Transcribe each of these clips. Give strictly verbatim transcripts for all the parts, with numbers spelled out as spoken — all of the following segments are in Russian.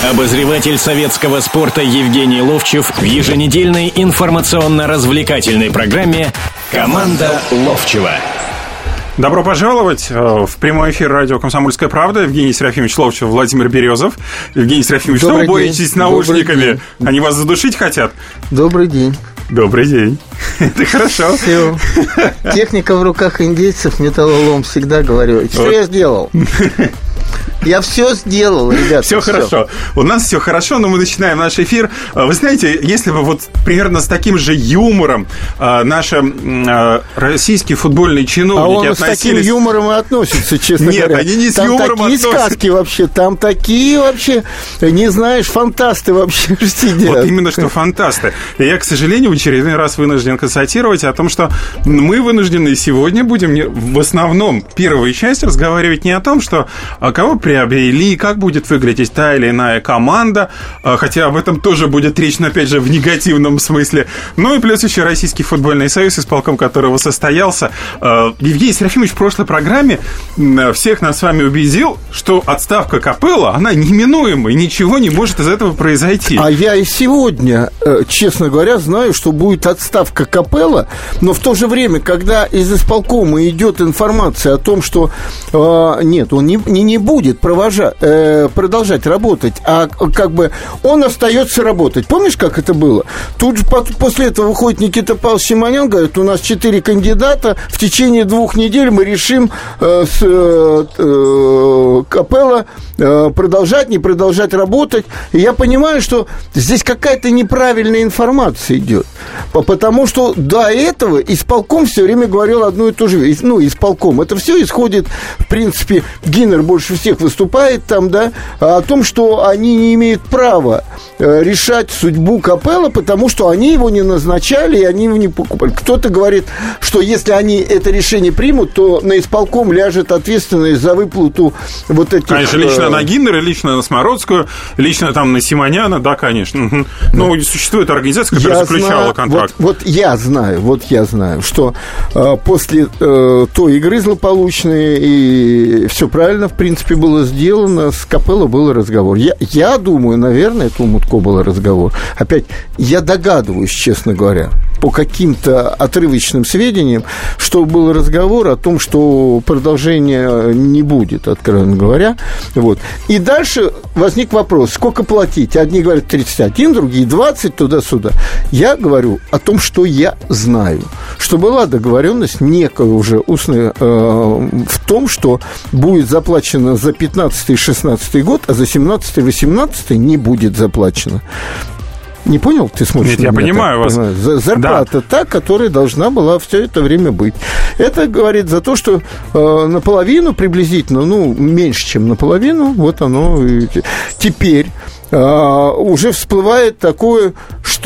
Обозреватель советского спорта Евгений Ловчев в еженедельной информационно-развлекательной программе «Команда Ловчева». Добро пожаловать в прямой эфир радио «Комсомольская правда». Евгений Серафимович Ловчев, Владимир Березов. Евгений Серафимович, что вы боретесь с наушниками? Они вас задушить хотят? Добрый день. Добрый день. Это хорошо. Все. Техника в руках индейцев, металлолом, всегда говорю. Что вот я сделал? Я все сделал, ребята. Все, все хорошо. У нас все хорошо, но мы начинаем наш эфир. Вы знаете, если бы вот примерно с таким же юмором наши российские футбольные чиновники а он относились... с таким юмором и относится, честно Нет, говоря. Нет, они не с там юмором такие относятся. сказки вообще, там такие вообще, не знаешь, фантасты вообще сидят. Вот именно что фантасты. И я, к сожалению, в очередной раз вынужден констатировать о том, что мы вынуждены сегодня будем в основном первую часть разговаривать не о том, что кого приобрели, как будет выглядеть та или иная команда, хотя об этом тоже будет речь, но опять же в негативном смысле. Ну и плюс еще Российский футбольный союз, исполком которого состоялся. Евгений Серафимович в прошлой программе всех нас с вами убедил, что отставка Капелло, она неминуема, и ничего не может из этого произойти. А я и сегодня, честно говоря, знаю, что будет отставка Капелло, но в то же время, когда из исполкома идет информация о том, что э, нет, он не, не, не будет провожать, э, продолжать работать, а как бы он остается работать. Помнишь, как это было? Тут же по, после этого выходит Никита Павлович Симонян, говорит, у нас четыре кандидата, в течение двух недель мы решим э, с э, э, Капелло э, продолжать, не продолжать работать. И я понимаю, что здесь какая-то неправильная информация идет. Потому что до этого исполком все время говорил одну и ту же вещь. Ну, исполком. Это все исходит, в принципе, Гиннер больше всех выступает там, да, о том, что они не имеют права решать судьбу Капелло, потому что они его не назначали, и они его не покупали. Кто-то говорит, что если они это решение примут, то на исполком ляжет ответственность за выплату вот этих... Конечно, лично на Гиннера, лично на Смородскую, лично там на Симоняна, да, конечно. Угу. Но существует организация, которая я заключала знаю, контракт. Вот, вот я знаю, вот я знаю, что э, после э, той игры злополучной, и все правильно, в принципе, было сделано, с Капелло был разговор. Я, я думаю, наверное, это у Мутко был разговор. Опять, я догадываюсь, честно говоря, по каким-то отрывочным сведениям, что был разговор о том, что продолжения не будет, откровенно говоря. Вот. И дальше возник вопрос, сколько платить? Одни говорят тридцать один, другие двадцать, туда-сюда. Я говорю о том, что я знаю. Что была договоренность некая уже устная э, в том, что будет заплачено за пятнадцатый и шестнадцатый год, а за семнадцатый и восемнадцатый не будет заплачено. Не понял? Ты смотришь? Нет, я понимаю так, вас. Зарплата да. та, которая должна была все это время быть. Это говорит за то, что э, наполовину приблизительно, ну, меньше, чем наполовину, вот оно. Теперь Uh, уже всплывает такое,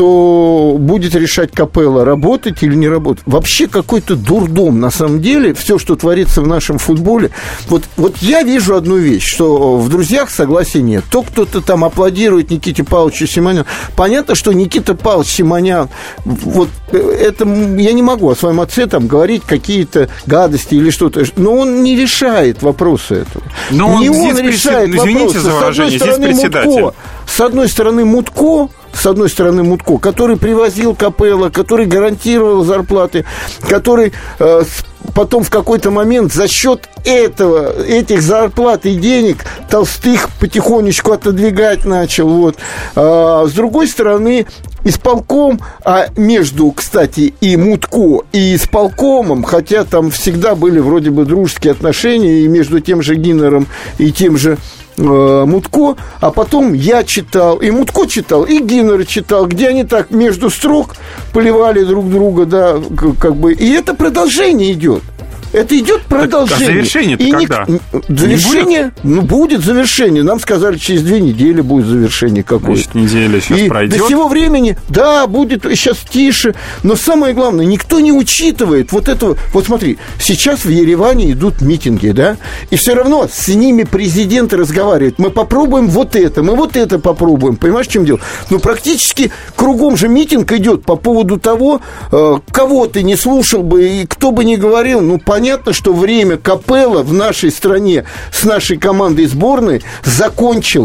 что будет решать Капелло, работать или не работать. Вообще какой-то дурдом, на самом деле, все, что творится в нашем футболе. Вот, вот я вижу одну вещь, что в «Друзьях» согласия нет. То кто-то там аплодирует Никите Павловичу Симоняну. Понятно, что Никита Павлович Симонян, вот это я не могу о своем отце там говорить какие-то гадости или что-то, но он не решает вопросы этого. Но он, не он здесь решает пресед... Извините вопросы. за выражение, здесь председатель. Мутко, с одной стороны, Мутко, с одной стороны, Мутко, который привозил Капелло, который гарантировал зарплаты, который э, потом в какой-то момент за счет этого, этих зарплат и денег Толстых потихонечку отодвигать начал. Вот. А, с другой стороны, исполком, а между, кстати, и Мутко, и исполкомом, хотя там всегда были вроде бы дружеские отношения и между тем же Гиннером и тем же Мутко, а потом я читал, и Мутко читал, и Гиннер читал, где они так между строк поливали друг друга, да, как бы, и это продолжение идет. Это идет продолжение. Так, а завершение-то и когда? Ник... Завершение? Будет? Ну, будет завершение. Нам сказали, через две недели будет завершение какое-то. Значит, неделя сейчас и пройдет. до сего времени, да, будет сейчас тише. Но самое главное, никто не учитывает вот этого. Вот смотри, сейчас в Ереване идут митинги, да, и все равно с ними президент разговаривает. Мы попробуем вот это, мы вот это попробуем. Понимаешь, в чем дело? Ну, практически кругом же митинг идет по поводу того, кого ты не слушал бы и кто бы ни говорил. Ну, понятно, что время Капелло в нашей стране с нашей командой сборной закончилось.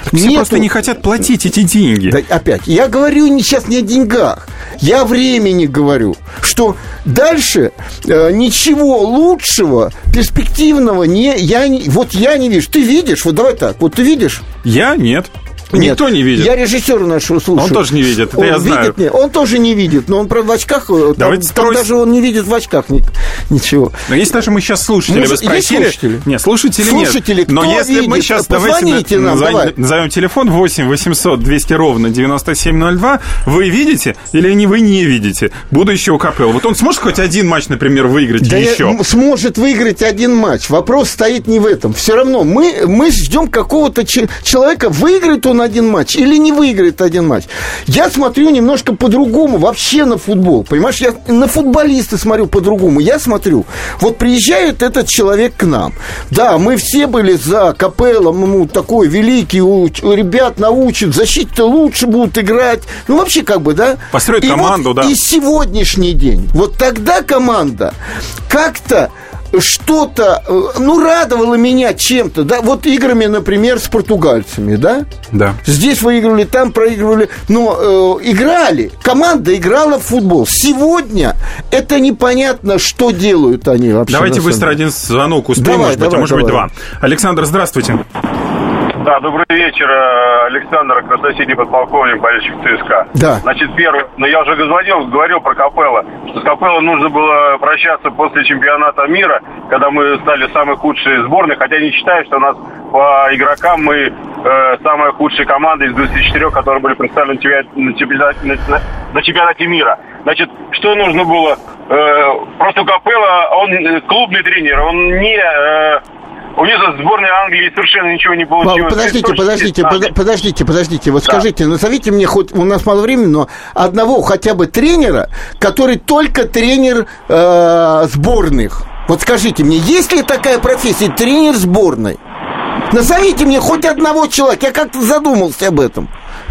Все Нету... просто не хотят платить эти деньги. Да, опять, я говорю сейчас не о деньгах, я о времени говорю, что дальше э, ничего лучшего, перспективного не, я не, вот я не вижу. Ты видишь? Вот давай так, вот ты видишь? Я нет. Нет, никто не видит. Я режиссера нашего слушаю. Он тоже не видит, это он я видит, знаю. Нет, он тоже не видит, но он, правда, в очках. Там, там даже он не видит в очках ни, ничего. Но если даже мы сейчас слушатели, Может, вы спросили... слушатели? Нет, слушатели, слушатели нет. кто Но если видит? мы сейчас... Позвоните давайте нам, назовем, давай. назовем телефон восемь восемьсот двести ровно девяносто семь ноль два. Вы видите или не вы не видите будущего КПЛ? Вот он сможет хоть один матч, например, выиграть да еще? Сможет выиграть один матч. Вопрос стоит не в этом. Все равно мы, мы ждем какого-то ч- человека, выиграет он один матч или не выиграет один матч. Я смотрю немножко по-другому вообще на футбол. Понимаешь, я на футболиста смотрю по-другому. Я смотрю, вот приезжает этот человек к нам. Да, мы все были за КПЛ, ну, такой великий, у, у ребят научат, защите лучше будут играть. Ну, вообще, как бы, да. Построить и команду, вот, да. И сегодняшний день. Вот тогда команда как-то что-то, ну, радовало меня чем-то, да, вот играми, например, с португальцами, да? Да. Здесь выигрывали, там проигрывали, но э, играли, команда играла в футбол. Сегодня это непонятно, что делают они вообще. Давайте быстро один звонок успеем, давай, может быть, давай, а может давай. быть два. Александр, здравствуйте. Да, добрый вечер, Александр, красносильный подполковник, болельщик ЦСКА. Да. Значит, первый, но я уже звонил, говорил про КПЛ, что с КПЛ нужно было прощаться после чемпионата мира, когда мы стали самой худшей сборной, хотя не считаю, что у нас по игрокам мы э, самая худшая команда из двадцати четырёх, которые были представлены на чемпионате, на, на чемпионате мира. Значит, что нужно было? Э, просто КПЛ, он клубный тренер, он не... Э, У них за сборной Англии совершенно ничего не получилось. Подождите, подождите, под, подождите, подождите. Вот да. Скажите, назовите мне хоть, у нас мало времени, но одного хотя бы тренера, который только тренер э, сборных. Вот скажите мне, есть ли такая профессия, тренер сборной? Назовите мне хоть одного человека, я как-то задумался об этом.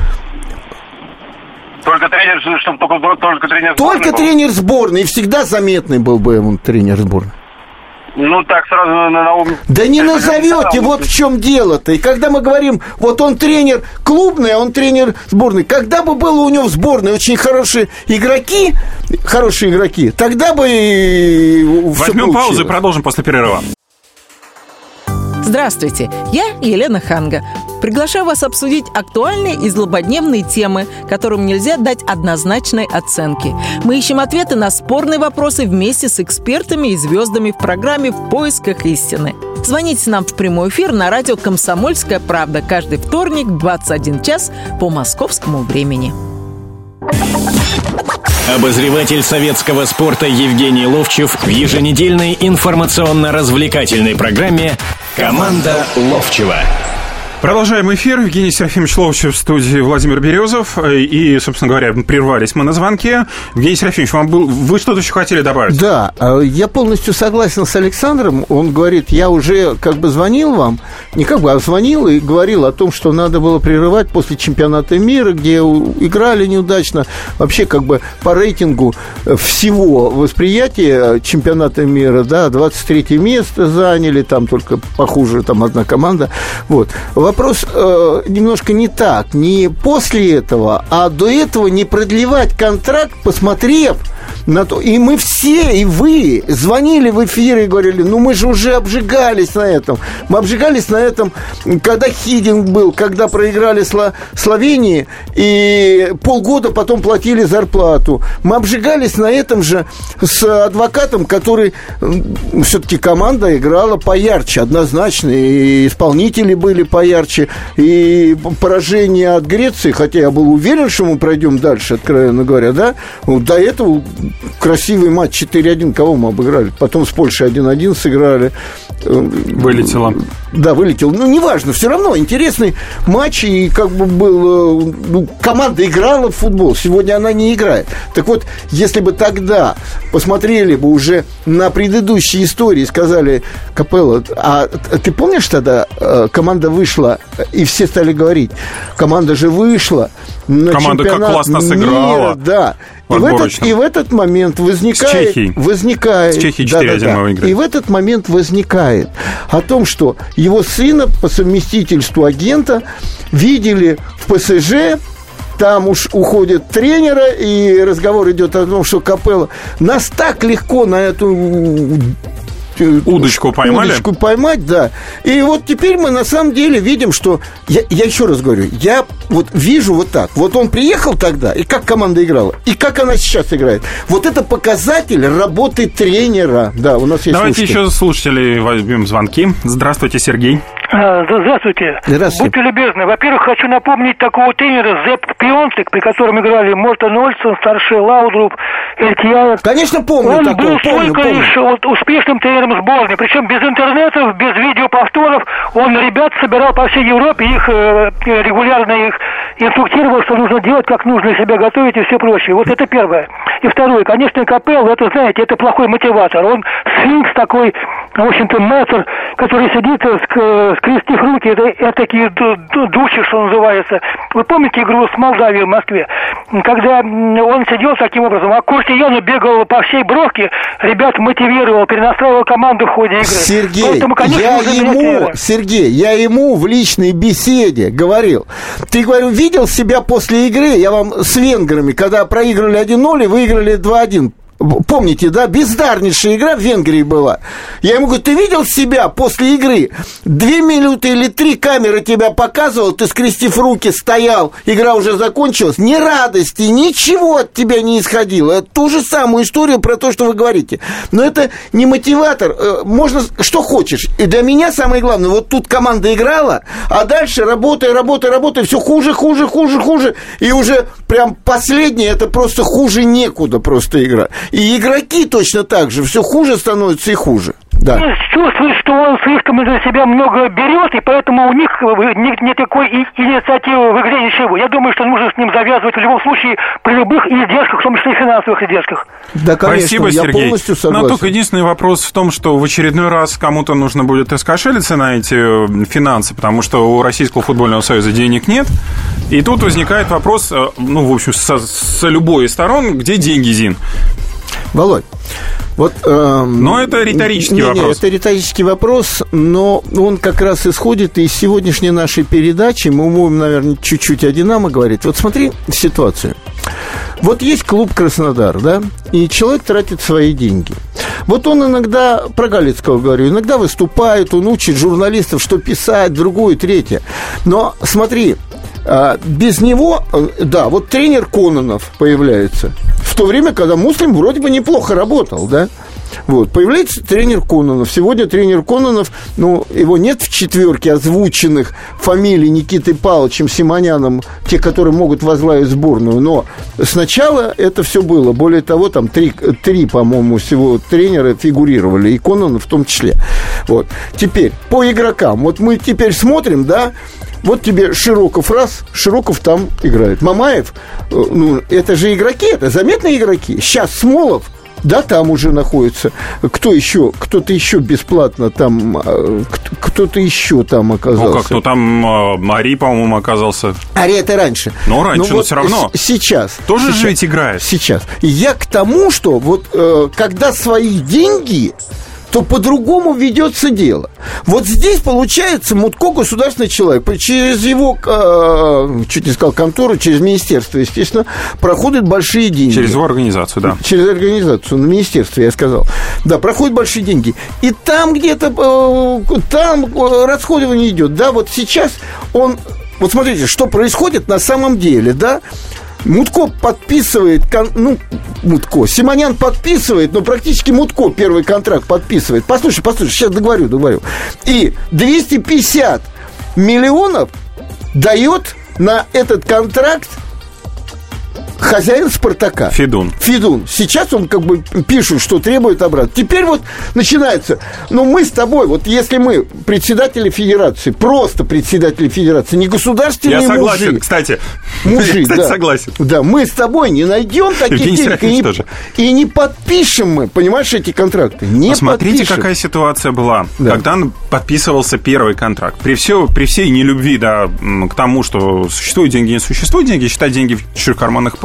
Только тренер, чтобы только, только тренер сборной Только был? тренер сборной, и всегда заметный был бы он тренер сборной. Ну, так сразу на, на ум... Да не назовете, вот в чем дело-то. И когда мы говорим, вот он тренер клубный, а он тренер сборной, когда бы было у него в сборной очень хорошие игроки, хорошие игроки, тогда бы и возьмем паузу и продолжим после перерыва. Здравствуйте, я Елена Ханга. Приглашаю вас обсудить актуальные и злободневные темы, которым нельзя дать однозначной оценки. Мы ищем ответы на спорные вопросы вместе с экспертами и звездами в программе «В поисках истины». Звоните нам в прямой эфир на радио «Комсомольская правда» каждый вторник в двадцать один час по московскому времени. Обозреватель советского спорта Евгений Ловчев в еженедельной информационно-развлекательной программе «Команда Ловчева». Продолжаем эфир. Евгений Серафимович Ловчев в студии, Владимир Березов. И, собственно говоря, прервались мы на звонке. Евгений Серафимович, вам был... вы что-то еще хотели добавить? Да, я полностью согласен с Александром. Он говорит, я уже как бы звонил вам, не как бы, а звонил и говорил о том, что надо было прерывать после чемпионата мира, где играли неудачно. Вообще как бы по рейтингу всего восприятия чемпионата мира, да, двадцать третье место заняли, там только похуже, там одна команда. Вот. Вопрос э, немножко не так, не после этого, а до этого не продлевать контракт, посмотрев на то. И мы все, и вы звонили в эфир и говорили, ну мы же уже обжигались на этом. Мы обжигались на этом, когда Хидинг был, когда проиграли Сло- Словении, и полгода потом платили зарплату. Мы обжигались на этом же с адвокатом, который все-таки команда играла поярче, однозначно, и исполнители были поярче, и поражение от Греции, хотя я был уверен, что мы пройдем дальше, откровенно говоря, да, вот до этого красивый матч четыре один, кого мы обыграли, потом с Польшей один один сыграли. Вылетело. Да, вылетел. Ну, неважно, все равно интересный матч, и как бы был, ну, команда играла в футбол, сегодня она не играет. Так вот, если бы тогда посмотрели бы уже на предыдущие истории и сказали, Капелло, а ты помнишь тогда, команда вышла, и все стали говорить, команда же вышла на команда чемпионат как классно мира, сыграла. да. И в, этот, и в этот момент возникает... С Чехией. Возникает... С Чехией четыре один мы выиграли. И в этот момент возникает о том, что его сына по совместительству агента видели в ПСЖ. Там уж уходят тренера, и разговор идет о том, что Капелло нас так легко на эту удочку поймали. Удочку поймать, да. И вот теперь мы на самом деле видим, что... Я, я еще раз говорю, я вот вижу вот так. Вот он приехал тогда, и как команда играла, и как она сейчас играет. Вот это показатель работы тренера. Да, у нас есть Давайте слушатели. еще слушателей возьмем звонки. Здравствуйте, Сергей. Здравствуйте. Здравствуйте. Будьте любезны. Во-первых, хочу напомнить такого тренера Зепп Пионтек, при котором играли Мортен Ольсен, старший Лаудруб, Элькияев. Конечно, помню Он такого, был помню, только помню. лишь вот успешным тренером сборной. Причем без интернетов, без видеоповторов. Он ребят собирал по всей Европе, их э, регулярно их инструктировал, что нужно делать, как нужно себя готовить и все прочее. Вот это первое. И второе, конечно, Капелло, это, знаете, это плохой мотиватор. Он сфинкс такой, в общем-то, мэтр, который сидит, ск- скрестив руки, это, это такие души, что называется. Вы помните игру с Молдавией в Москве? Когда он сидел таким образом, а Куртияну бегал по всей бровке, ребят мотивировал, перенастраивал команду в ходе игры. Сергей, Поэтому, конечно, я ему, тренера. Сергей, я ему в личной беседе говорил, ты, говорю, видел себя после игры, я вам с венграми, когда проиграли один ноль и выиграли два один. Помните, да, бездарнейшая игра в Венгрии была. Я ему говорю, ты видел себя после игры? Две минуты или три камеры тебя показывал, ты, скрестив руки, стоял, игра уже закончилась. Ни радости, ничего от тебя не исходило. Это ту же самую историю про то, что вы говорите. Но это не мотиватор. Можно, что хочешь. И для меня самое главное, вот тут команда играла, а дальше работай, работай, работай, все хуже, хуже, хуже, хуже. И уже прям последнее, это просто хуже некуда просто игра. И игроки точно так же. Все хуже становится и хуже. Да. Чувствует, что он слишком из себя много берет, и поэтому у них нет никакой инициативы в игре, ничего. Я думаю, что нужно с ним завязывать в любом случае при любых издержках, в том числе и финансовых издержках. Да, конечно, спасибо, я Сергей. полностью согласен. Но только единственный вопрос в том, что в очередной раз кому-то нужно будет раскошелиться на эти финансы, потому что у Российского футбольного союза денег нет. И тут возникает вопрос, ну, в общем, со, со любой из сторон, где деньги, Зин? Володь, вот... Э, но это риторический не, вопрос. Не, это риторический вопрос, но он как раз исходит из сегодняшней нашей передачи. Мы будем, наверное, чуть-чуть о «Динамо» говорить. Вот смотри ситуацию. Вот есть клуб «Краснодар», да, и человек тратит свои деньги. Вот он иногда, про Галицкого говорю, иногда выступает, он учит журналистов, что писать, другое, третье. Но смотри, без него, да, вот тренер Кононов появляется. В то время, когда Муслим вроде бы неплохо работал, да? Вот, появляется тренер Кононов. Сегодня тренер Кононов, ну, его нет в четверке озвученных фамилий Никитой Павловичем Симоняном, те, которые могут возглавить сборную, но сначала это все было. Более того, там три, три, по-моему, всего тренера фигурировали, и Кононов в том числе. Вот. Теперь, по игрокам. Вот мы теперь смотрим, да, вот тебе Широков раз, Широков там играет. Мамаев, ну, это же игроки, это заметные игроки. Сейчас Смолов, да, там уже находится. Кто еще? Кто-то еще бесплатно там, кто-то еще там оказался. Ну, как, кто там, Ари, по-моему, оказался. Ари это раньше. Но раньше, но, но вот все равно. Сейчас. Тоже сейчас, же ведь играет. Сейчас. И я к тому, что вот когда свои деньги, то по-другому ведется дело. Вот здесь, получается, Мутко государственный человек. Через его, э, чуть не сказал, контору, через министерство, естественно, проходят большие деньги. Через его организацию, да. Через организацию, на министерство, я сказал. Да, проходят большие деньги. И там где-то, э, там расходование идет. Да, вот сейчас он... Вот смотрите, что происходит на самом деле, да? Мутко подписывает, ну, Мутко, Симонян подписывает, но практически Мутко первый контракт подписывает. Послушай, послушай, сейчас договорю, договорю. И двести пятьдесят миллионов дает на этот контракт хозяин «Спартака». Федун. Федун. Сейчас он как бы пишет, что требует обратно. Теперь вот начинается. Ну, мы с тобой, вот если мы председатели федерации, просто председатели федерации, не государственные мужи. Я согласен, мужи, кстати. Мужи, Я, кстати, да. согласен. Да, мы с тобой не найдем таких денег и не, и не подпишем мы, понимаешь, эти контракты. Не Посмотрите, подпишем. какая ситуация была, да. Когда подписывался первый контракт. При, все, при всей нелюбви, да, к тому, что существуют деньги, не существуют деньги, считать деньги в чужих карманах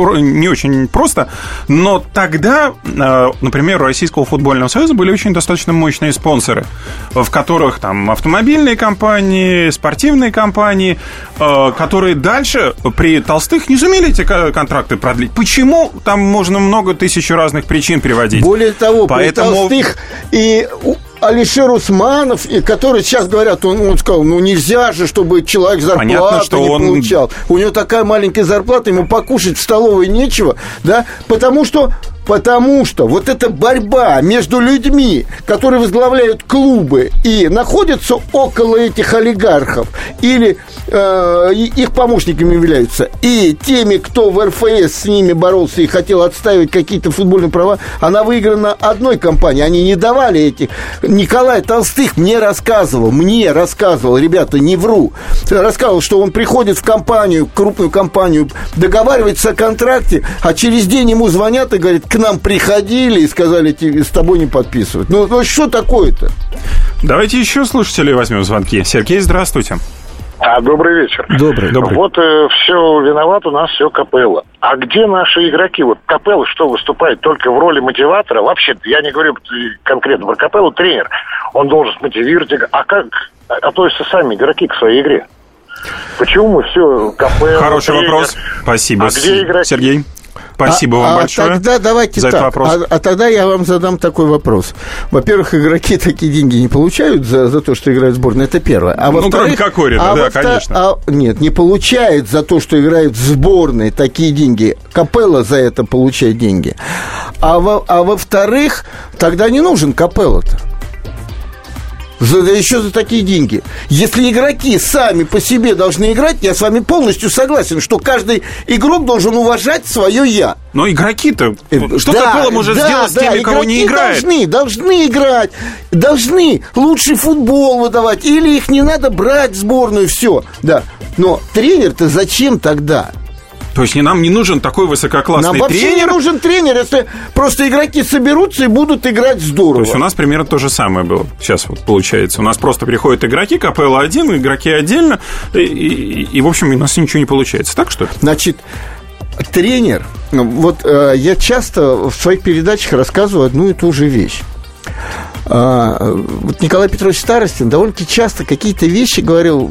не очень просто. Но тогда, например, у Российского футбольного союза были очень достаточно мощные спонсоры, в которых там автомобильные компании, спортивные компании, которые дальше при Толстых не сумели эти контракты продлить. Почему? Там можно много тысяч разных причин приводить. Более того, Поэтому... при Толстых и... Алишер Усманов, который сейчас говорят, он, он сказал, ну нельзя же, чтобы человек зарплату Понятно, что не он... получал. У него такая маленькая зарплата, ему покушать в столовой нечего, да, потому что Потому что вот эта борьба между людьми, которые возглавляют клубы и находятся около этих олигархов, или э, их помощниками являются, и теми, кто в эр эф эс с ними боролся и хотел отстаивать какие-то футбольные права, она выиграна одной компанией. Они не давали этих. Николай Толстых мне рассказывал, мне рассказывал, ребята, не вру, рассказывал, что он приходит в компанию, крупную компанию, договаривается о контракте, а через день ему звонят и говорят: к нам приходили и сказали, с тобой не подписывать. Ну, ну что такое-то? Давайте еще слушателей возьмем звонки. Сергей, здравствуйте. А, добрый вечер. Добрый. Добрый. Вот э, все виноват у нас все Капелло. А где наши игроки? Вот Капелло что, выступает только в роли мотиватора? Вообще, я не говорю конкретно про Капелло, тренер. Он должен мотивировать. А как относятся сами игроки к своей игре? Почему мы все Капелло, Хороший тренер? Вопрос. Спасибо, а где игроки? Сергей. Спасибо а, вам а большое тогда давайте за так. этот вопрос. А, а тогда я вам задам такой вопрос. Во-первых, игроки такие деньги не получают за, за то, что играют в сборной. Это первое. А ну, кроме Кокорина, а да, во-втор... конечно. А, нет, не получает за то, что играют в сборной такие деньги. Капелло за это получает деньги. А, во, а во-вторых, тогда не нужен Капелло-то. За, еще за такие деньги. Если игроки сами по себе должны играть, я с вами полностью согласен, что каждый игрок должен уважать свое «я». Но игроки-то... Что да, Капелло может да, сделать да, с теми, кого не играет? Должны, должны играть, должны лучший футбол выдавать, или их не надо брать в сборную, все. Да. Но тренер-то зачем тогда? То есть нам не нужен такой высококлассный Нам вообще тренер? не нужен тренер, если просто игроки соберутся и будут играть здорово. То есть у нас примерно то же самое было. Сейчас вот получается. У нас просто приходят игроки, Капелло один, игроки отдельно, и, и, и, в общем, у нас ничего не получается. Так что ли? Значит, тренер... Вот э, я часто в своих передачах рассказываю одну и ту же вещь. А, вот Николай Петрович Старостин довольно-таки часто какие-то вещи говорил,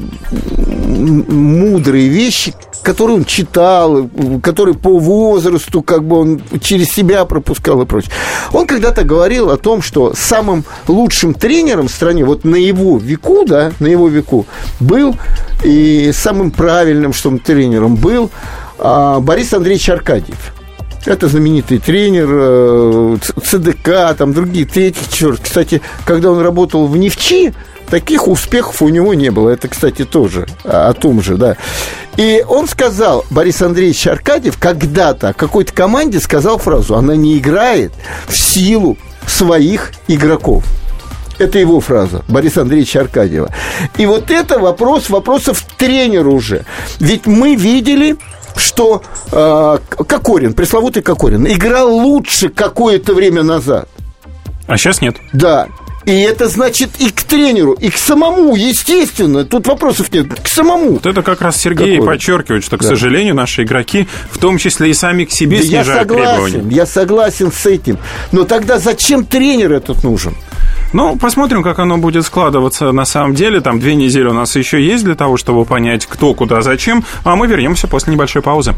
мудрые вещи, которые он читал, которые по возрасту как бы он через себя пропускал и прочее. Он когда-то говорил о том, что самым лучшим тренером в стране, вот на его веку, да, на его веку был, и самым правильным, что он тренером был, Борис Андреевич Аркадьев. Это знаменитый тренер, ЦДК, там другие, третий, черт. Кстати, когда он работал в «Нефчи», таких успехов у него не было. Это, кстати, тоже о том же, да. И он сказал, Борис Андреевич Аркадьев, когда-то какой-то команде сказал фразу: она не играет в силу своих игроков. Это его фраза, Бориса Андреевича Аркадьева. И вот это вопрос вопросов тренеру уже. Ведь мы видели, что э, Кокорин, пресловутый Кокорин, играл лучше какое-то время назад. А сейчас нет. Да. И это значит и к тренеру, и к самому, естественно. Тут вопросов нет. К самому. Вот это как раз Сергей Какой? подчеркивает, что, к да. сожалению, наши игроки, в том числе и сами к себе, да снижают я согласен, требования. Я согласен с этим. Но тогда зачем тренер этот нужен? Ну, посмотрим, как оно будет складываться на самом деле. Там две недели у нас еще есть для того, чтобы понять, кто, куда, зачем. А мы вернемся после небольшой паузы.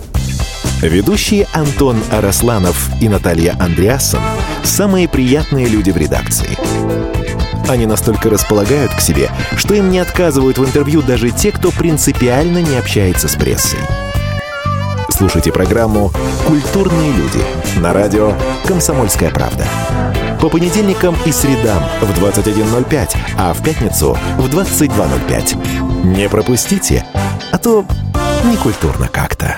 Ведущие Антон Арасланов и Наталья Андреасон – самые приятные люди в редакции. Они настолько располагают к себе, что им не отказывают в интервью даже те, кто принципиально не общается с прессой. Слушайте программу «Культурные люди» на радио «Комсомольская правда». По понедельникам и средам в двадцать один ноль пять, а в пятницу в двадцать два ноль пять. Не пропустите, а то некультурно как-то.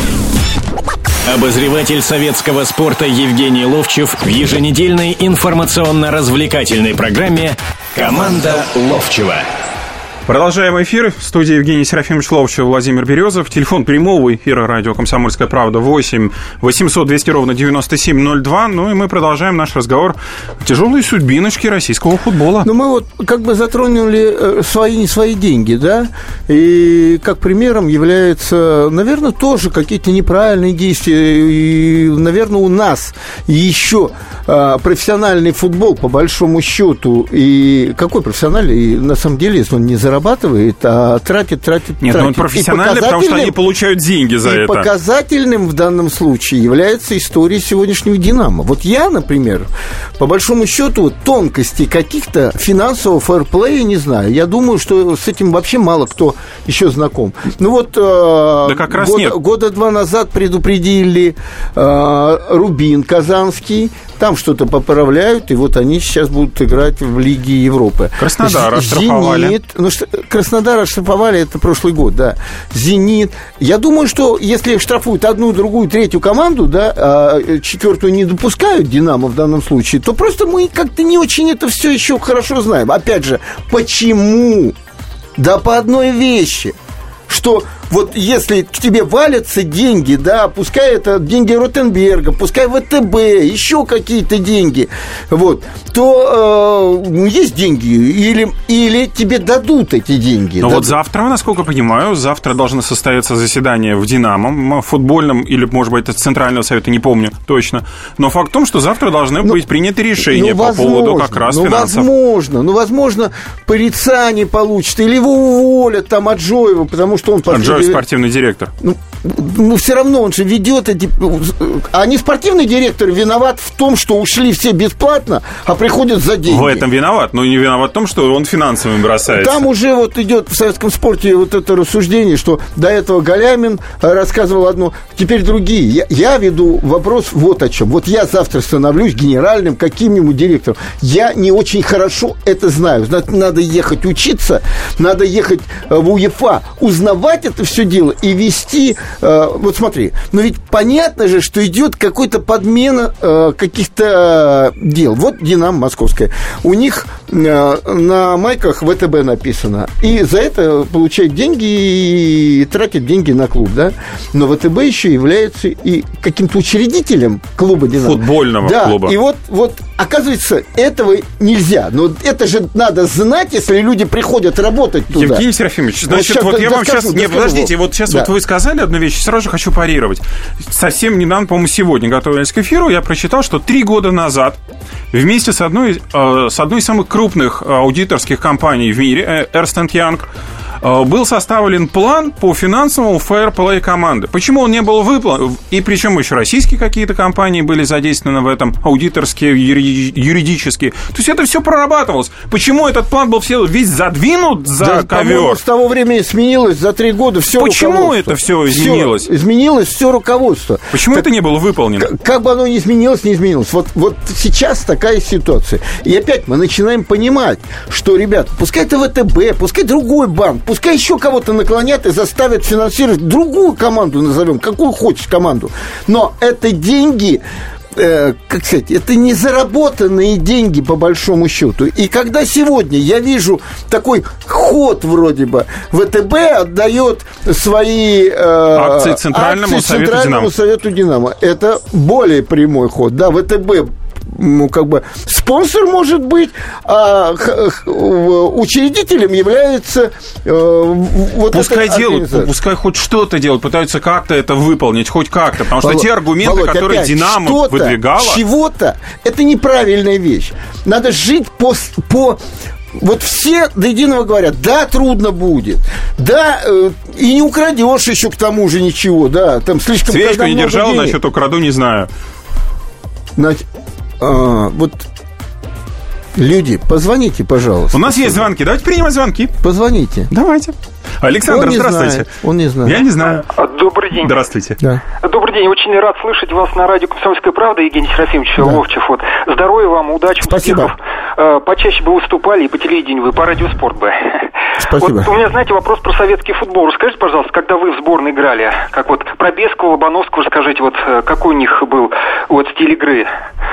Обозреватель советского спорта Евгений Ловчев в еженедельной информационно-развлекательной программе «Команда Ловчева». Продолжаем эфир. В студии Евгений Серафимович Ловчев, Владимир Березов. Телефон прямого эфира радио «Комсомольская правда» восемь восемьсот двести ровно девяносто семь ноль два. Ну и мы продолжаем наш разговор о тяжелой судьбиночке российского футбола. Ну мы вот как бы затронули свои не свои деньги, да? И как примером является, наверное, тоже какие-то неправильные действия. И, наверное, у нас еще профессиональный футбол, по большому счету. И какой профессиональный? И на самом деле, если он не зарабатывает, а тратит, тратит, Нет, тратит. ну он профессиональный, потому что они получают деньги за и это. И показательным в данном случае является история сегодняшнего «Динамо». Вот я, например, по большому счету, тонкостей каких-то финансового фэрплея не знаю. Я думаю, что с этим вообще мало кто еще знаком. Ну вот да как раз год, нет. года два назад предупредили э, Рубин казанский. Там что-то поправляют, и вот они сейчас будут играть в Лиге Европы. Краснодар оштрафовали. «Зенит», ну, что, Краснодар оштрафовали, это прошлый год, да. «Зенит». Я думаю, что если штрафуют одну, другую, третью команду, да, а четвертую не допускают, «Динамо» в данном случае, то просто мы как-то не очень это все еще хорошо знаем. Опять же, почему? Да по одной вещи, что вот если к тебе валятся деньги, да, пускай это деньги Ротенберга, пускай ВТБ, еще какие-то деньги, вот, то э, есть деньги, или, или тебе дадут эти деньги. Но дадут. вот завтра, насколько понимаю, завтра должно состояться заседание в «Динамо», в футбольном, или, может быть, это Центрального совета, не помню точно. Но факт в том, что завтра должны ну, быть приняты решения ну, по возможно, поводу как раз ну, финансов. Возможно, ну, возможно, порицание получит, или его уволят там Аджоева, потому что он... Аджоев спортивный директор. Ну, ну, все равно он же ведет эти... А не спортивный директор виноват в том, что ушли все бесплатно, а приходят за деньги. В этом виноват, но не виноват в том, что он финансовым бросается. Там уже вот идет в советском спорте вот это рассуждение, что до этого Галямин рассказывал одно, теперь другие. Я, я веду вопрос вот о чем. Вот я завтра становлюсь генеральным каким-нибудь директором. Я не очень хорошо это знаю. Надо ехать учиться, надо ехать в УЕФА, узнавать это все дело и вести... Вот смотри, но ведь понятно же, что идет какой-то подмена э, каких-то дел. Вот «Динамо» московская. У них э, на майках ВТБ написано. И за это получает деньги и тратит деньги на клуб, да? Но ВТБ еще является и каким-то учредителем клуба «Динамо». Футбольного да, клуба. И вот, вот, оказывается, этого нельзя. Но это же надо знать, если люди приходят работать туда. Евгений Серафимович, значит, вот, вот я вам сейчас... Не, подождите, вот сейчас да. вот вы сказали одну вещь, сразу же хочу парировать. Совсем недавно, по-моему, сегодня, готовясь к эфиру, я прочитал, что три года назад вместе с одной, э, с одной из самых крупных аудиторских компаний в мире, Эрнст энд Янг, был составлен план по финансовому фэрплей команды. Почему он не был выполнен? И причем еще российские какие-то компании были задействованы в этом, аудиторские, юридические. То есть это все прорабатывалось. Почему этот план был все, весь задвинут за да, ковер? С того времени сменилось за три года все Почему руководство. это все изменилось? Все, изменилось все руководство. Почему как, это не было выполнено? Как, как бы оно ни изменилось, не изменилось. Вот, вот сейчас такая ситуация. И опять мы начинаем понимать, что, ребят, пускай это ВТБ, пускай другой банк, пускай еще кого-то наклонят и заставят финансировать другую команду, назовем, какую хочешь команду. Но это деньги, э, как сказать, это не заработанные деньги по большому счету. И когда сегодня я вижу такой ход вроде бы, ВТБ отдает свои э, акции Центральному, акции совету, Центральному Динамо. совету Динамо. Это более прямой ход. Да, ВТБ, ну, как бы спонсор может быть, а учредителем является э, вот пускай делают, пускай хоть что-то делают, пытаются как-то это выполнить, хоть как-то, потому Володь, что те аргументы, Володь, которые опять, Динамо выдвигала... чего-то, это неправильная вещь. Надо жить по... по Вот все до единого говорят, да, трудно будет, да, э, и не украдешь еще к тому же ничего, да, там слишком... Свечку не держал, насчет украду не знаю. Значит, а, вот люди, позвоните, пожалуйста. У нас есть звонки, давайте принимать звонки. Позвоните. Давайте. Александр, он здравствуйте. Знает. Он не знает. Я не знаю. Добрый день. Здравствуйте. Да. Добрый день. Очень рад слышать вас на радио «Комсомольская правда», Евгений Серафимович да. Ловчев. Вот. Здоровья вам, удачи, спасибо. успехов. Почаще бы выступали и по телевидению, вы по радиоспорт бы. Спасибо. Вот у меня, знаете, вопрос про советский футбол. Расскажите, пожалуйста, когда вы в сборной играли, как вот про Бескова, Лобановского, расскажите, вот какой у них был вот стиль игры.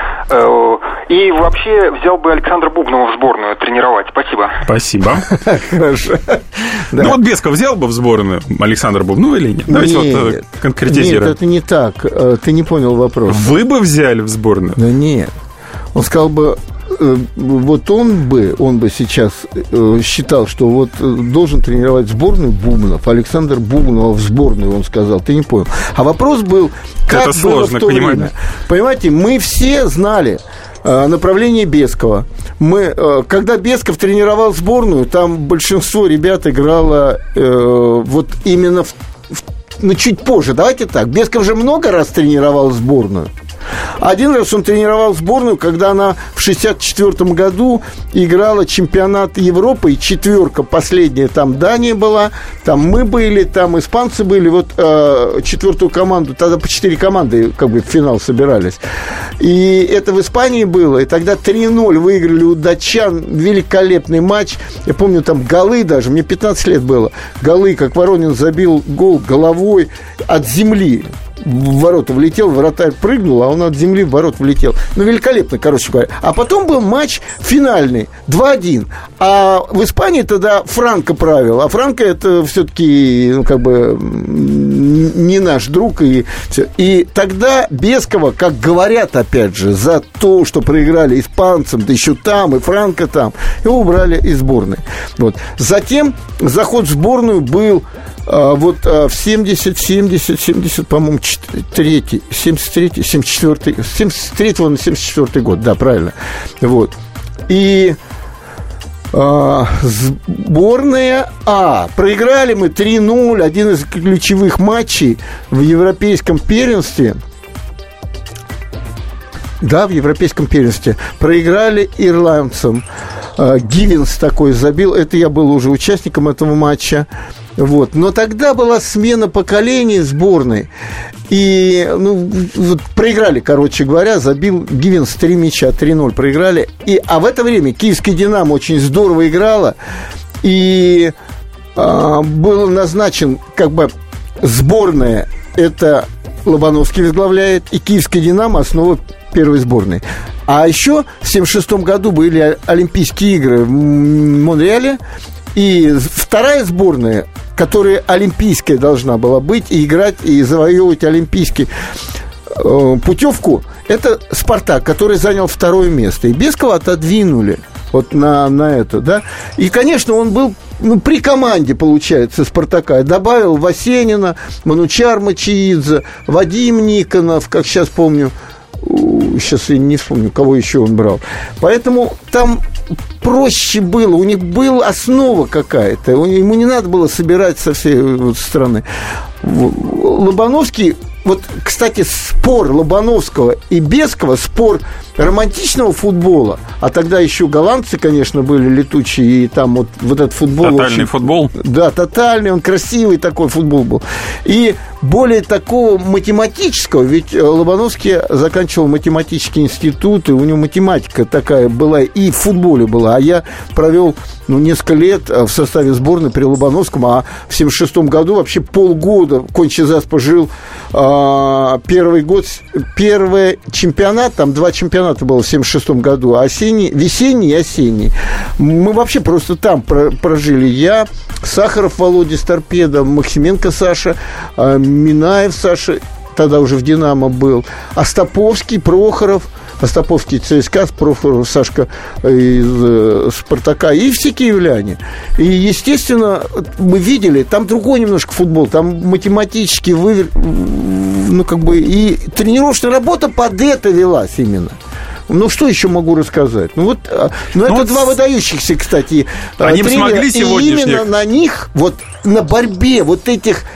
И вообще взял бы Александра Бубнова в сборную тренировать. Спасибо. Спасибо. Хорошо. Ну вот Бесков взял бы в сборную Александра Бубнова или нет? Давайте вот конкретизируем. Нет, это не так. Ты не понял вопрос. Вы бы взяли в сборную? Да нет. Он сказал бы, вот он бы, он бы сейчас считал, что вот должен тренировать сборную Бубнов, Александр Бубнов в сборную, он сказал, ты не понял. А вопрос был, как это было сложно, в то понимаете? время. Понимаете, мы все знали направление Бескова. Мы, когда Бесков тренировал сборную, там большинство ребят играло э, вот именно в, в, ну, чуть позже. Давайте так, Бесков же много раз тренировал сборную. Один раз он тренировал сборную, когда она в шестьдесят четвёртом году играла чемпионат Европы, и четверка последняя, там Дания была, там мы были, там испанцы были, вот э, четвертую команду, тогда по четыре команды как бы в финал собирались. И это в Испании было, и тогда три ноль выиграли у датчан, великолепный матч. Я помню, там голы даже, мне пятнадцать лет было, голы, как Воронин забил гол головой от земли. В ворота влетел, вратарь прыгнул, а он от земли в ворот влетел. Ну, великолепно, короче говоря. А потом был матч финальный, два один. А в Испании тогда Франко правил. А Франко это все-таки, ну, как бы не наш друг. И, все. И тогда Бескова, как говорят, опять же, за то, что проиграли испанцам, да еще там, и Франко там, его убрали из сборной. Вот. Затем заход в сборную был вот в семьдесят, семьдесят, семьдесят, по-моему, третий, семьдесят третий, семьдесят четвёртый, семьдесят третий на семьдесят четвёртый год, да, правильно. Вот. И а, сборная А. Проиграли мы три ноль, один из ключевых матчей в европейском первенстве. Да, в европейском первенстве. Проиграли ирландцам. Гивенс такой забил. Это я был уже участником этого матча. Вот. Но тогда была смена поколений сборной. И ну, вот проиграли, короче говоря, забил Гивенс три мяча, три ноль проиграли. И, а в это время киевская «Динамо» очень здорово играла. И а, был назначен как бы сборная. Это Лобановский возглавляет. И киевская «Динамо» основа первой сборной. А еще в семьдесят шестом году были Олимпийские игры в Монреале. И вторая сборная, которая олимпийская должна была быть, и играть, и завоевывать олимпийский э, путевку, это «Спартак», который занял второе место. И Бескова отодвинули вот на, на это, да. И, конечно, он был ну, при команде, получается, «Спартака». Я добавил Васенина, Манучар Мачиидзе, Вадим Никонов, как сейчас помню, сейчас я не вспомню, кого еще он брал. Поэтому там проще было, у них была основа какая-то, ему не надо было собирать со всей вот страны. Лобановский, вот, кстати, спор Лобановского и Бескова, спор романтичного футбола, а тогда еще голландцы, конечно, были летучие, и там вот, вот этот футбол... Тотальный очень, футбол? Да, тотальный, он красивый такой футбол был. И более такого математического, ведь Лобановский заканчивал математический институт, и у него математика такая была, и в футболе была. А я провел ну, несколько лет в составе сборной при Лобановском, а в семьдесят шестом году вообще полгода Кончи Заспа жил. Первый год, первый чемпионат, там два чемпионата было в семьдесят шестом году, осенний, весенний и осенний. Мы вообще просто там прожили. Я, Сахаров Володя с «Торпедо», Максименко Саша, Минаев Саша, тогда уже в «Динамо» был, Остаповский, Прохоров, Остаповский ЦСКА, Прохоров Сашка из э, «Спартака», и все киевляне. И, естественно, мы видели, там другой немножко футбол, там математически вывер... ну, как бы, и тренировочная работа под это велась именно. Ну, что еще могу рассказать? Ну, вот, ну, это ну, два выдающихся, кстати, они тренера. Смогли и сегодняшних... именно на них, вот, на борьбе вот этих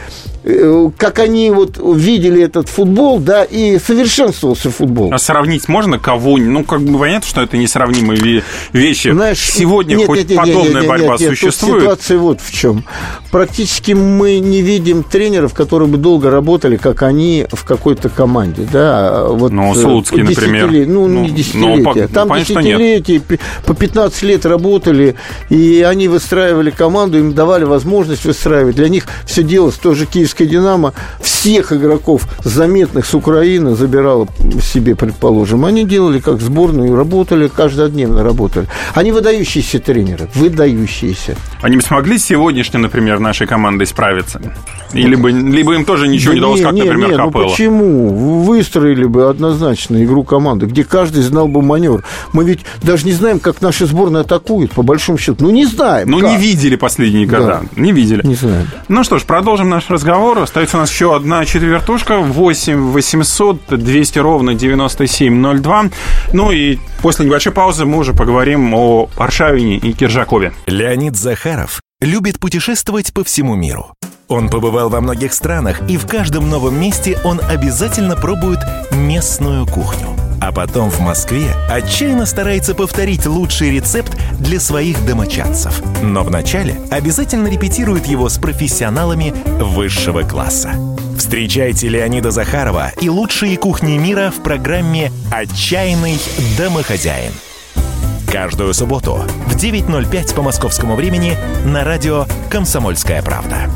как они вот видели этот футбол, да, и совершенствовался футбол. А сравнить можно кого-нибудь? Ну, как бы понятно, что это несравнимые вещи. Знаешь, сегодня нет, хоть нет, нет, подобная нет, нет, борьба нет, нет, существует? Ситуация вот в чем. Практически мы не видим тренеров, которые бы долго работали, как они в какой-то команде, да. Вот, ну, Слуцкий, например. Ну, ну, не десятилетия. Ну, Там понятно, десятилетия, по пятнадцать лет работали, и они выстраивали команду, им давали возможность выстраивать. Для них все дело с той же Киевской «Динамо». Всех игроков заметных с Украины забирала себе, предположим. Они делали как сборную, работали, каждодневно работали. Они выдающиеся тренеры, выдающиеся. Они бы смогли с сегодняшней, например, нашей командой справиться? Или бы, либо им тоже ничего да не далось, как, не, например, не, Капелло? Ну почему? Выстроили бы однозначно игру команды, где каждый знал бы маневр. Мы ведь даже не знаем, как наши сборные атакуют, по большому счету. Ну, не знаем. Ну, как. не видели последние года. Да. Не видели. Не знаем. Ну что ж, продолжим наш разговор. Остается у нас еще одна четвертушка. восемь восемьсот двести ровно девяносто семь ноль два. Ну и после небольшой паузы мы уже поговорим о Аршавине и Киржакове. Леонид Захаров любит путешествовать по всему миру. Он побывал во многих странах, и в каждом новом месте он обязательно пробует местную кухню. А потом в Москве отчаянно старается повторить лучший рецепт для своих домочадцев. Но вначале обязательно репетирует его с профессионалами высшего класса. Встречайте Леонида Захарова и лучшие кухни мира в программе «Отчаянный домохозяин». Каждую субботу в девять ноль пять по московскому времени на радио «Комсомольская правда».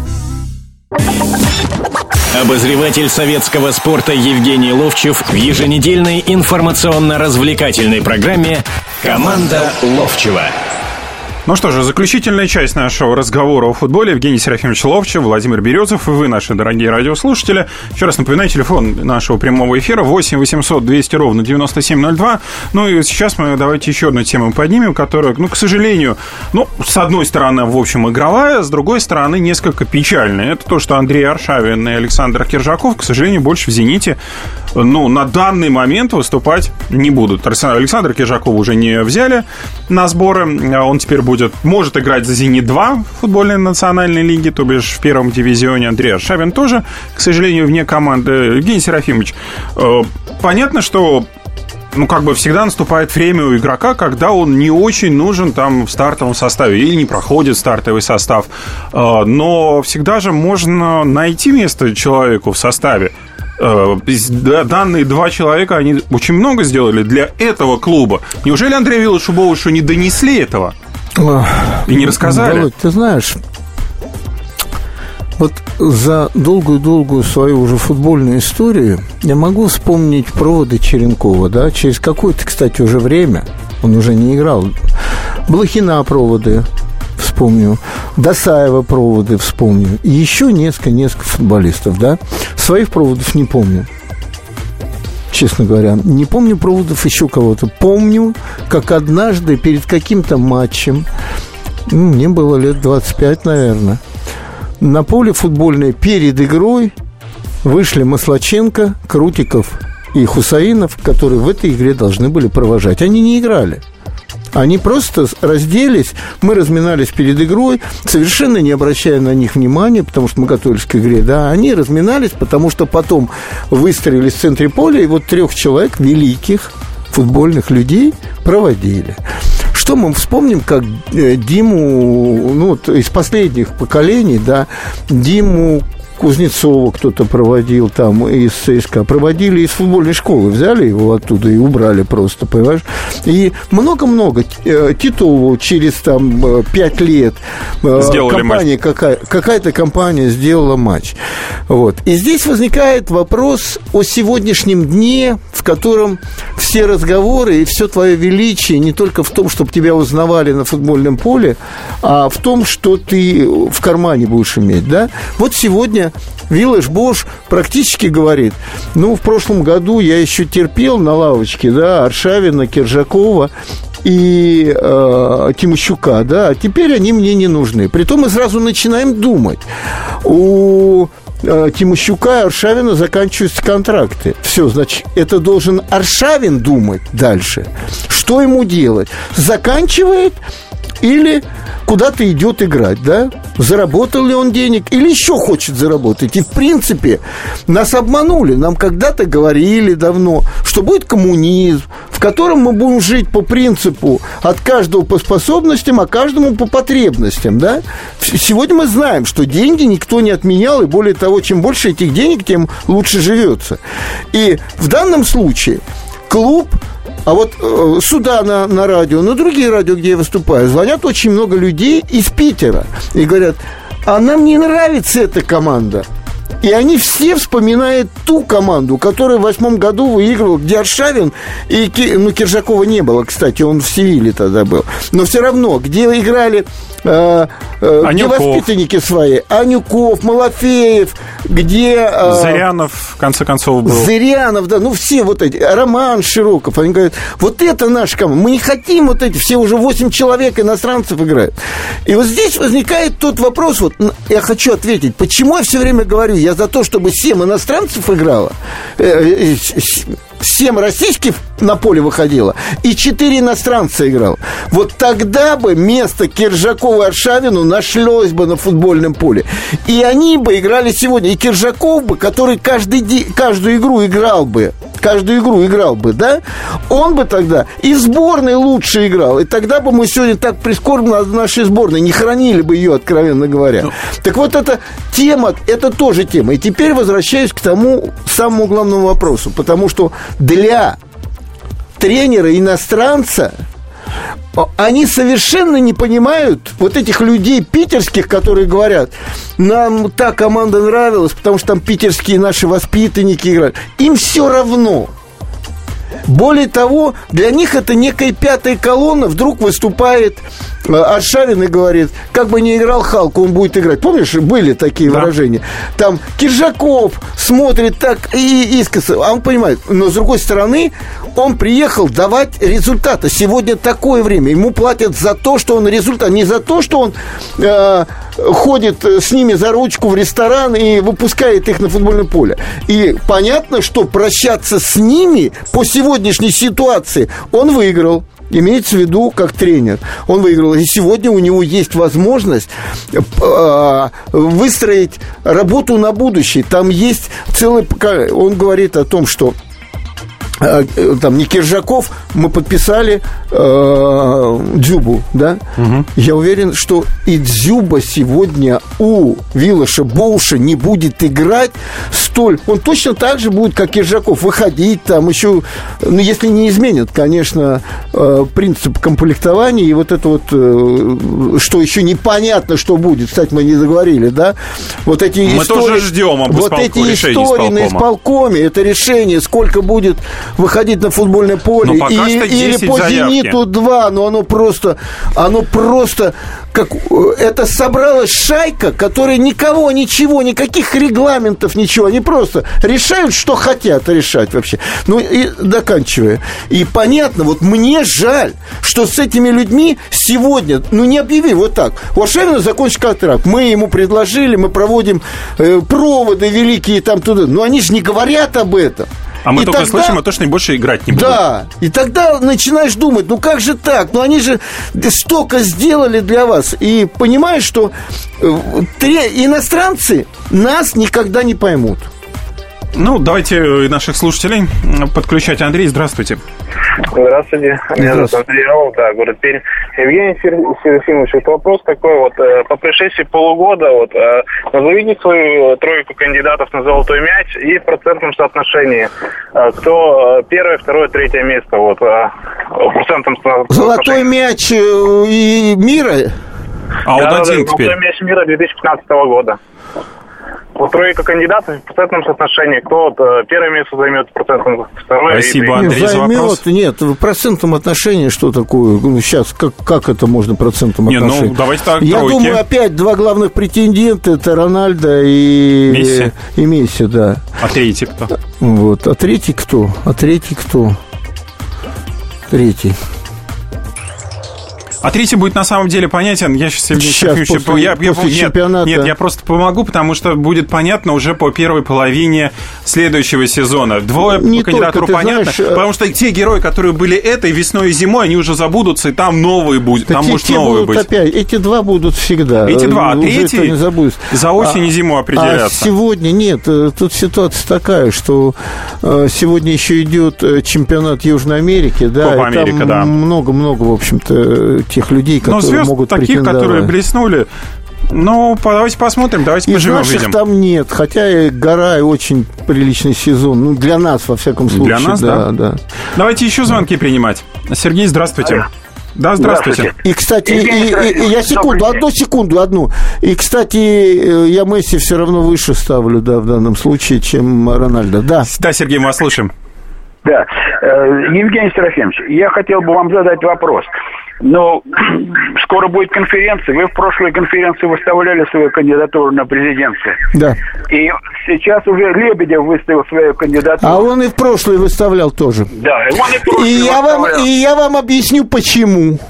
Обозреватель советского спорта Евгений Ловчев в еженедельной информационно-развлекательной программе «Команда Ловчева». Ну что же, заключительная часть нашего разговора о футболе. Евгений Серафимович Ловчев, Владимир Березов и вы, наши дорогие радиослушатели. Еще раз напоминаю, телефон нашего прямого эфира восемь восемьсот двести ровно девяносто семь ноль два. Ну и сейчас мы давайте еще одну тему поднимем, которая, ну, к сожалению, ну, с одной стороны, в общем, игровая, с другой стороны, несколько печальная. Это то, что Андрей Аршавин и Александр Киржаков, к сожалению, больше в «Зените», ну, на данный момент выступать не будут. Александра Киржакова уже не взяли на сборы. Он теперь будет может играть за «Зенит-два» в футбольной национальной лиге, то бишь в первом дивизионе. Андрей Аршавин тоже, к сожалению, вне команды. Евгений Серафимович, э, понятно, что ну, как бы всегда наступает время у игрока, когда он не очень нужен там в стартовом составе или не проходит стартовый состав. Э, но всегда же можно найти место человеку в составе. Данные два человека, они очень много сделали для этого клуба. Неужели Андрею Виллочу Боушу не донесли этого? И не рассказали? Володь, ты знаешь, вот за долгую-долгую свою уже футбольную историю я могу вспомнить проводы Черенкова, да, через какое-то, кстати, уже время, он уже не играл. Блохина проводы вспомню, Досаева проводы вспомню, и еще несколько, несколько футболистов, да. Своих проводов не помню, честно говоря. Не помню проводов еще кого-то. Помню, как однажды перед каким-то матчем, ну, мне было лет двадцать пять, наверное, на поле футбольное перед игрой вышли Маслаченко, Крутиков и Хусаинов, которые в этой игре должны были провожать. Они не играли. Они просто разделись, мы разминались перед игрой, совершенно не обращая на них внимания, потому что мы готовились к игре, да, они разминались, потому что потом выстроились в центре поля, и вот трех человек, великих футбольных людей, проводили. Что мы вспомним, как Диму, ну, вот из последних поколений, да, Диму Кузнецова кто-то проводил там из ЦСКА, проводили из футбольной школы, взяли его оттуда и убрали просто, понимаешь? И много-много. Титову через там пять лет сделали компания, матч. Какая, какая-то компания сделала матч. Вот. И здесь возникает вопрос о сегодняшнем дне, в котором все разговоры и все твое величие не только в том, чтобы тебя узнавали на футбольном поле, а в том, что ты в кармане будешь иметь, да? Вот сегодня Виллош Бош практически говорит: ну, в прошлом году я еще терпел на лавочке, да, Аршавина, Киржакова и э, Тимощука, да, а теперь они мне не нужны. Притом мы сразу начинаем думать. У э, Тимощука и Аршавина заканчиваются контракты. Все, значит, это должен Аршавин думать дальше. Что ему делать? Заканчивает или куда-то идет играть, да? Заработал ли он денег или еще хочет заработать. И, в принципе, нас обманули. Нам когда-то говорили давно, что будет коммунизм, в котором мы будем жить по принципу от каждого по способностям, а каждому по потребностям, да? Сегодня мы знаем, что деньги никто не отменял, и более того, чем больше этих денег, тем лучше живется. И в данном случае клуб... А вот э, сюда на, на радио, на другие радио, где я выступаю, звонят очень много людей из Питера и говорят, а нам не нравится эта команда. И они все вспоминают ту команду, которая в восьмом году выигрывал, где Аршавин и, ну, Киржакова не было, кстати, он в Севиле тогда был. Но все равно, где играли э, э, где воспитанники свои, Анюков, Малафеев, где... Э, Зырянов, в конце концов, был. Зырянов, да, ну все вот эти, Роман Широков, они говорят, вот это наша команда, мы не хотим вот эти, все уже восемь человек иностранцев играют. И вот здесь возникает тот вопрос, вот я хочу ответить, почему я все время говорю, я за то, чтобы семь иностранцев играло, семь российских на поле выходило, и четыре иностранца играл. Вот тогда бы место Киржакову и Аршавину нашлось бы на футбольном поле. И они бы играли сегодня. И Киржаков бы, который каждый день, каждую игру играл бы, каждую игру играл бы, да, он бы тогда и в сборной лучше играл. И тогда бы мы сегодня так прискорбно от нашей сборной не хранили бы ее, откровенно говоря. Ну. Так вот, эта тема, это тоже тема. И теперь возвращаюсь к тому самому главному вопросу. Потому что для тренера-иностранца они совершенно не понимают вот этих людей питерских, которые говорят, нам та команда нравилась, потому что там питерские наши воспитанники играют. Им все равно. Более того, для них это некая пятая колонна. Вдруг выступает Аршавин и говорит, как бы ни играл Халк, он будет играть. Помнишь, были такие да. выражения? Там Киржаков смотрит так и искоса, а он понимает. Но, с другой стороны, он приехал давать результаты. Сегодня такое время. Ему платят за то, что он результат. Не за то, что он э, ходит с ними за ручку в ресторан и выпускает их на футбольное поле. И понятно, что прощаться с ними по сегодняшней ситуации он выиграл. Имеется в виду как тренер. Он выиграл. И сегодня у него есть возможность э, выстроить работу на будущее. Там есть целый... Он говорит о том, что там не Киржаков, мы подписали э, Дзюбу, да? Угу. Я уверен, что и Дзюба сегодня у Вилоша Боуша не будет играть столь... Он точно так же будет, как Киржаков, выходить там еще... Ну, если не изменят, конечно, э, принцип комплектования и вот это вот, э, что еще непонятно, что будет. Кстати, мы не договорили, да? Вот эти мы истории... тоже ждем об Вот эти истории на исполкоме, это решение, сколько будет выходить на футбольное поле, и, или по заявки. «Зениту два», но оно просто, оно просто, как, это собралась шайка, которая никого, ничего, никаких регламентов, ничего, они просто решают, что хотят решать вообще. Ну, и доканчивая. И понятно, вот мне жаль, что с этими людьми сегодня, ну, не объяви вот так. У Аршавина закончится контракт, мы ему предложили, мы проводим э, проводы великие там туда, но они же не говорят об этом. А мы и только тогда, слышим, а то, что они больше играть не будут. Да, и тогда начинаешь думать, ну как же так? Ну они же столько сделали для вас. И понимаешь, что иностранцы нас никогда не поймут. Ну, давайте наших слушателей подключать. Андрей, здравствуйте. Здравствуйте. Меня зовут Андрей Алов, да, город Пермь. Евгений Серафимович, вот вопрос такой, вот по прошествии полугода, вот назовите свою тройку кандидатов на золотой мяч и в процентном соотношении. Кто первое, второе, третье место, вот в процентном соотношении. Золотой мяч и мира? А вот да, один да, теперь. Золотой мяч мира две тысячи пятнадцатого года. Вот тройка кандидатов в процентном соотношении. Кто вот, первое место займет в процентном, второе. Спасибо, Андрей, займет, за вопрос. Нет, в процентном отношении что такое? Ну, сейчас, как, как это можно в процентном отношении? Не, ну, давайте так, Я тройки. думаю, опять два главных претендента, это Рональдо и Месси. И Месси, да. А третий кто? Вот. А третий кто? А третий кто? Третий. А третий будет на самом деле понятен. Я сейчас, Евгений Серафимович, после, я, я, после нет, чемпионата. Нет, я просто помогу, потому что будет понятно уже по первой половине следующего сезона. Двое Не по кандидатуру только, понятно, знаешь, потому что те герои, которые были этой весной и зимой, они уже забудутся, и там новые будут. Да там те, может те новые будут быть. Опять, эти два будут всегда. Эти два, а Уже третий не забудет. за осень а, и зиму определяться. А сегодня нет. Тут ситуация такая, что сегодня еще идет чемпионат Южной Америки, да, Копа и там Америка, да. много-много, в общем-то, тех людей, которые Но звезд могут таких, претендовать. которые блеснули. Ну, давайте посмотрим, давайте Из поживем, наших видим. там нет, хотя и гора, и очень приличный сезон. Ну, для нас, во всяком случае. Для нас, да, да. да. Давайте еще звонки принимать. Сергей, здравствуйте. Алло. Да, здравствуйте. И, кстати, и, Евгений, и, и, я секунду, добрый одну секунду, одну. И, кстати, я Месси все равно выше ставлю, да, в данном случае, чем Рональдо. Да, Да, Сергей, мы вас слушаем. Да. Евгений Серафимович, я хотел бы вам задать вопрос. Ну, скоро будет конференция. Вы в прошлой конференции выставляли свою кандидатуру на президентство. да. И сейчас уже Лебедев выставил свою кандидатуру. А он и в прошлое выставлял тоже. Да, он и в прошлое И я, вам, выставлял. и я вам объясню, почему.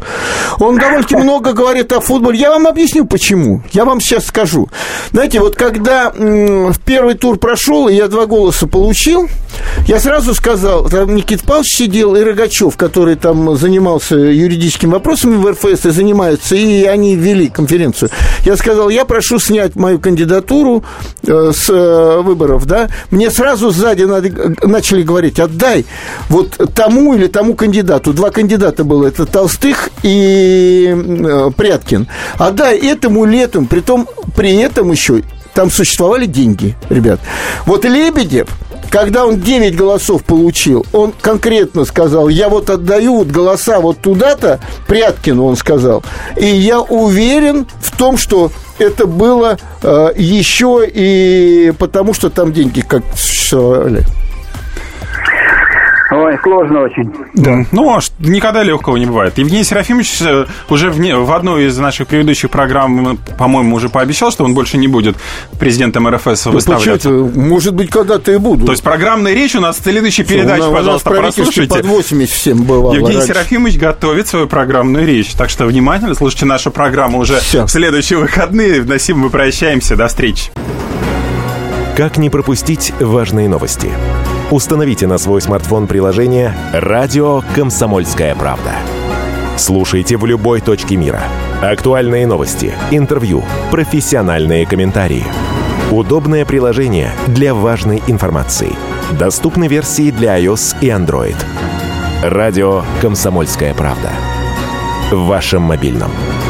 Он довольно много говорит о футболе. Я вам объясню, почему. Я вам сейчас скажу. Знаете, вот когда м, в первый тур прошел, и я два голоса получил, я сразу сказал, там Никита Павлович сидел, и Рогачев, который там занимался юридическими вопросами в эр эф эс и занимается, и они вели конференцию. Я сказал, я прошу снять мою кандидатуру э, с э, выборов, да. Мне сразу сзади надо, начали говорить, отдай вот тому или тому кандидату. Два кандидата было, это Толстых и э, Пряткин. Отдай этому летом, притом при этом еще там существовали деньги, ребят. Вот Лебедев, когда он девять голосов получил, он конкретно сказал, я вот отдаю вот голоса вот туда-то, Пряткину он сказал, и я уверен в том, что это было э, еще и потому, что там деньги как существовали. Ой, сложно очень. Да. Ну, а никогда легкого не бывает. Евгений Серафимович уже в, не, в одной из наших предыдущих программ, по-моему, уже пообещал, что он больше не будет президентом эр эф эс Да выставляться. Может быть, когда-то и буду. То есть программная речь у нас в следующей передаче, у нас, пожалуйста, у нас прослушайте. под восемьдесят всем бывало Евгений раньше. Серафимович готовит свою программную речь. Так что внимательно слушайте нашу программу уже Всё. в следующие выходные. На сим мы прощаемся. До встречи. Как не пропустить важные новости? Установите на свой смартфон приложение «Радио Комсомольская правда». Слушайте в любой точке мира. Актуальные новости, интервью, профессиональные комментарии. Удобное приложение для важной информации. Доступны версии для iOS и Android. «Радио Комсомольская правда». В вашем мобильном.